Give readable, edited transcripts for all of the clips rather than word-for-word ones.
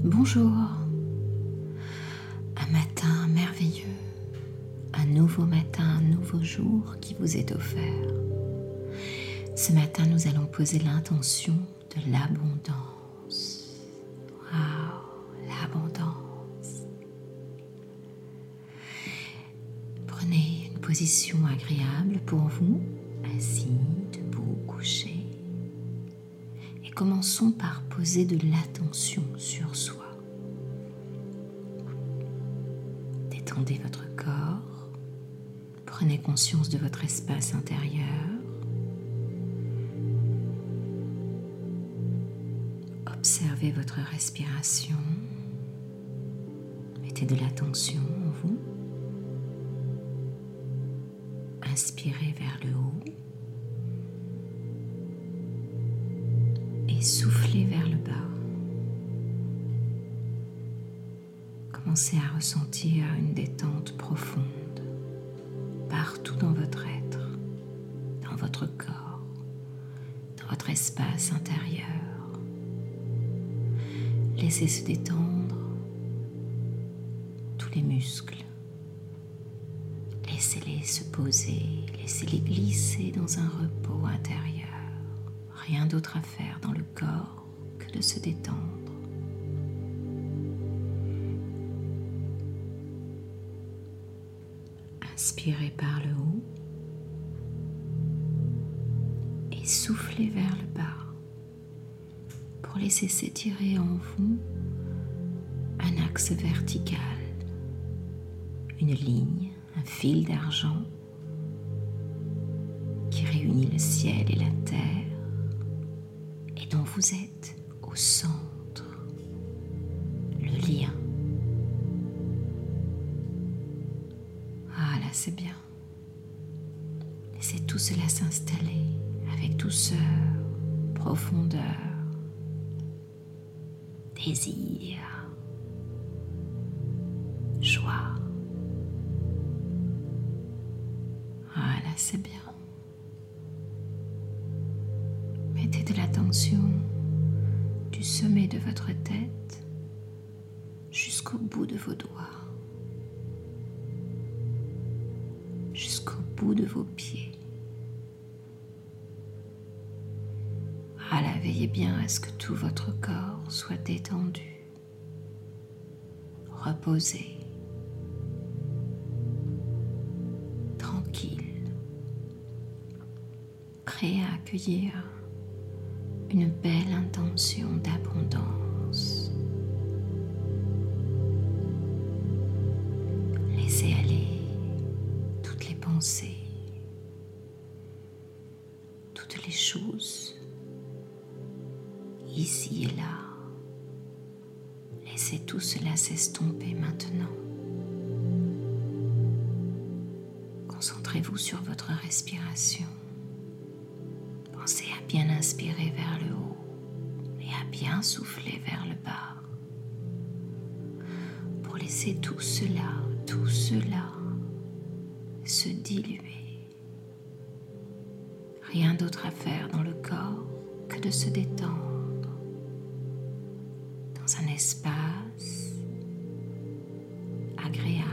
Bonjour, un matin merveilleux, un nouveau matin, un nouveau jour qui vous est offert. Ce matin, nous allons poser l'intention de l'abondance. Waouh, l'abondance. Prenez une position agréable pour vous, assis, debout, couché. Et commençons par poser de l'attention sur soi. Détendez votre corps, prenez conscience de votre espace intérieur. Observez votre respiration, mettez de l'attention en vous. Inspirez vers le haut et soufflez vers le bas. Commencez à ressentir une détente profonde partout dans votre être, dans votre corps, dans votre espace intérieur. Laissez se détendre tous les muscles. Laissez-les se poser, laissez-les glisser dans un repos intérieur. Rien d'autre à faire dans le corps que de se détendre. Inspirez par le haut et soufflez vers le bas pour laisser s'étirer en vous un axe vertical, une ligne, un fil d'argent qui réunit le ciel et la terre et dont vous êtes au centre, le lien. Ah là, c'est bien. Laissez tout cela s'installer avec douceur, profondeur, désir, joie. Ah là, c'est bien. Mettez de l'attention du sommet de votre tête jusqu'au bout de vos doigts, jusqu'au bout de vos pieds. Ah là, veillez bien à ce que tout votre corps soit détendu, reposé, tranquille, prêt à accueillir une belle intention d'abondance. Laissez aller toutes les pensées, toutes les choses, ici et là. Laissez tout cela s'estomper maintenant. Concentrez-vous sur votre respiration. Pensez à bien inspirer vers le haut et à bien souffler vers le bas pour laisser tout cela se diluer. Rien d'autre à faire dans le corps que de se détendre dans un espace agréable.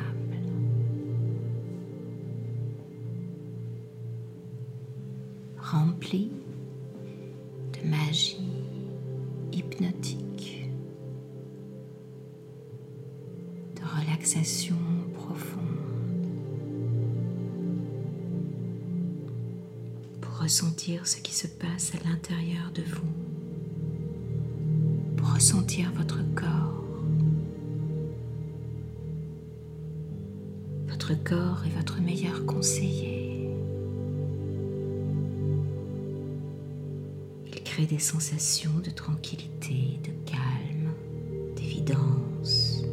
Rempli de magie hypnotique, de relaxation profonde, pour ressentir ce qui se passe à l'intérieur de vous, pour ressentir votre corps. Votre corps est votre meilleur conseiller. Crée des sensations de tranquillité, de calme, d'évidence.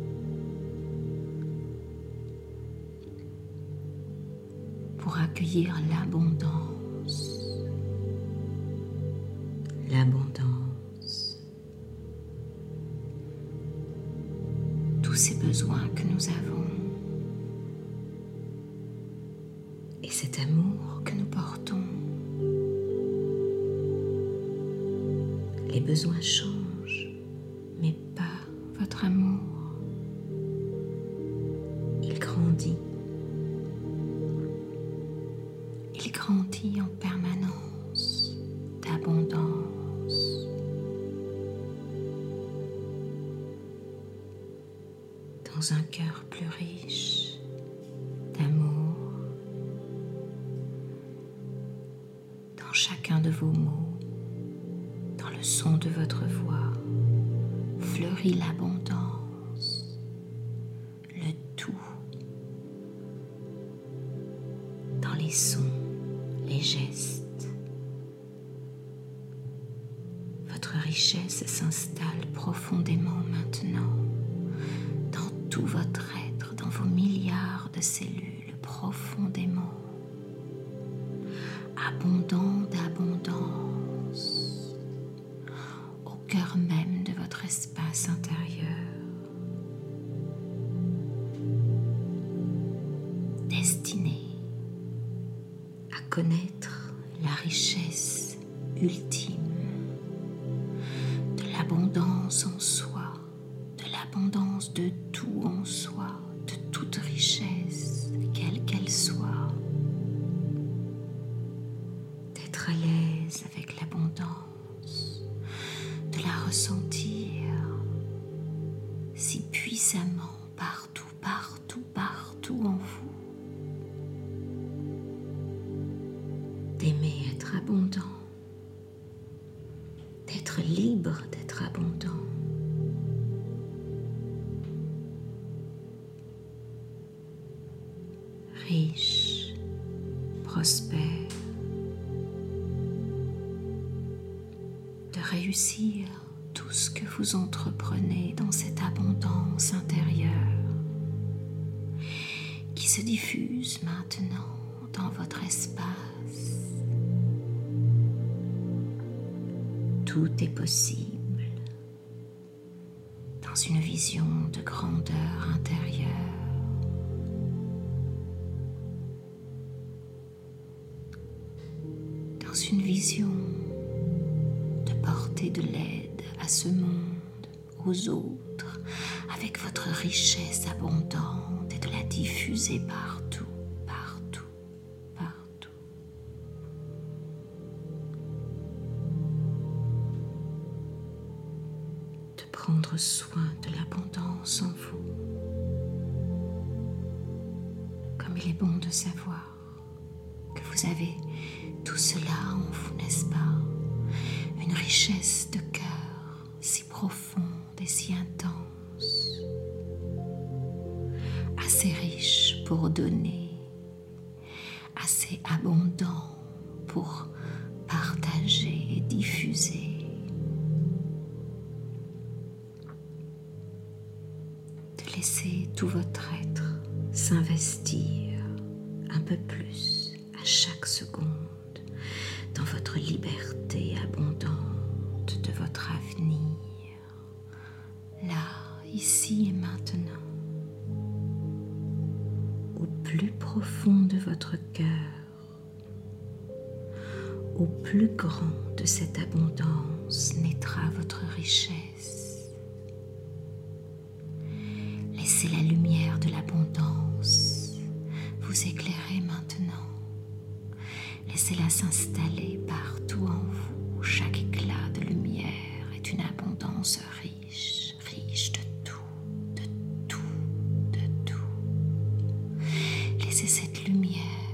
Pour accueillir l'abondance. L'abondance. Tous ces besoins que nous avons. Et cet amour que nous portons. Les besoins changent, mais pas dans un cœur plus riche d'amour, dans chacun de vos mots, dans le son de votre voix, fleurit l'abondance, le tout, dans les sons, les gestes. Votre richesse s'installe profondément maintenant, dans tout votre être, dans vos milliards de cellules, profondément, abondant d'abondance, au cœur même de votre espace intérieur, destiné à connaître la richesse ultime de l'abondance en soi, de l'abondance de tout en soi, de toute richesse, quelle qu'elle soit, d'être à l'aise avec l'abondance, de la ressentir si puissamment partout, partout, partout en vous, d'aimer être abondant, d'être libre d'être abondant. Riche, prospère, de réussir tout ce que vous entreprenez dans cette abondance intérieure qui se diffuse maintenant dans votre espace. Tout est possible dans une vision de grandeur intérieure. Dans une vision de porter de l'aide à ce monde, aux autres, avec votre richesse abondante et de la diffuser partout, partout, partout. De prendre soin de l'abondance en vous. Comme il est bon de savoir que vous avez tout cela en vous, n'est-ce pas? Une richesse de cœur si profonde et si intense, assez riche pour donner, assez abondant pour partager et diffuser. De laisser tout votre être s'investir un peu plus à chaque seconde dans votre liberté abondante de votre avenir, là, ici et maintenant, au plus profond de votre cœur, au plus grand de cette abondance naîtra votre richesse. Laissez la lumière de l'abondance vous éclairer maintenant. Laissez-la s'installer partout en vous. Chaque éclat de lumière est une abondance riche, riche de tout, de tout, de tout. Laissez cette lumière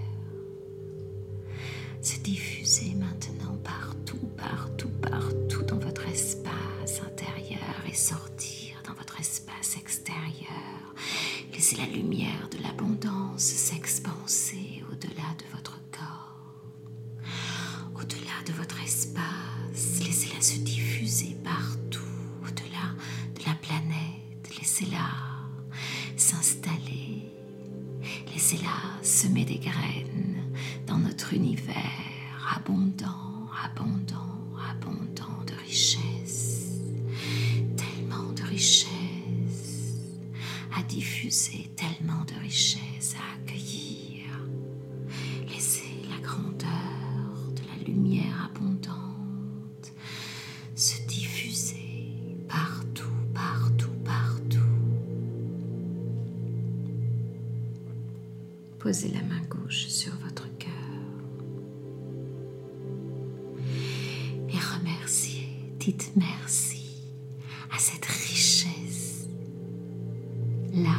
se diffuser maintenant partout, partout, partout dans votre espace intérieur et sortir dans votre espace extérieur. Laissez la lumière de l'abondance s'expanser au-delà de votre corps, au-delà de votre espace. Laissez-la se diffuser partout, au-delà de la planète. Laissez-la s'installer. Laissez-la semer des graines dans notre univers abondant, abondant, abondant de richesse. Tellement de richesse à diffuser, tellement de richesse à accueillir. Laissez la grandeur de la lumière abondante se diffuser partout, partout, partout. Posez la main gauche sur votre cœur et remerciez, dites merci à cette richesse là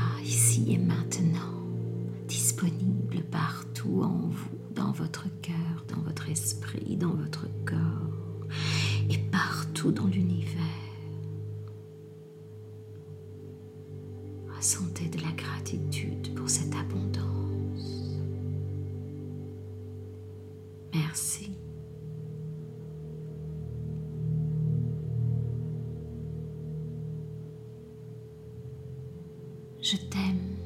partout dans l'univers. Ressentez de la gratitude pour cette abondance. Merci. Je t'aime.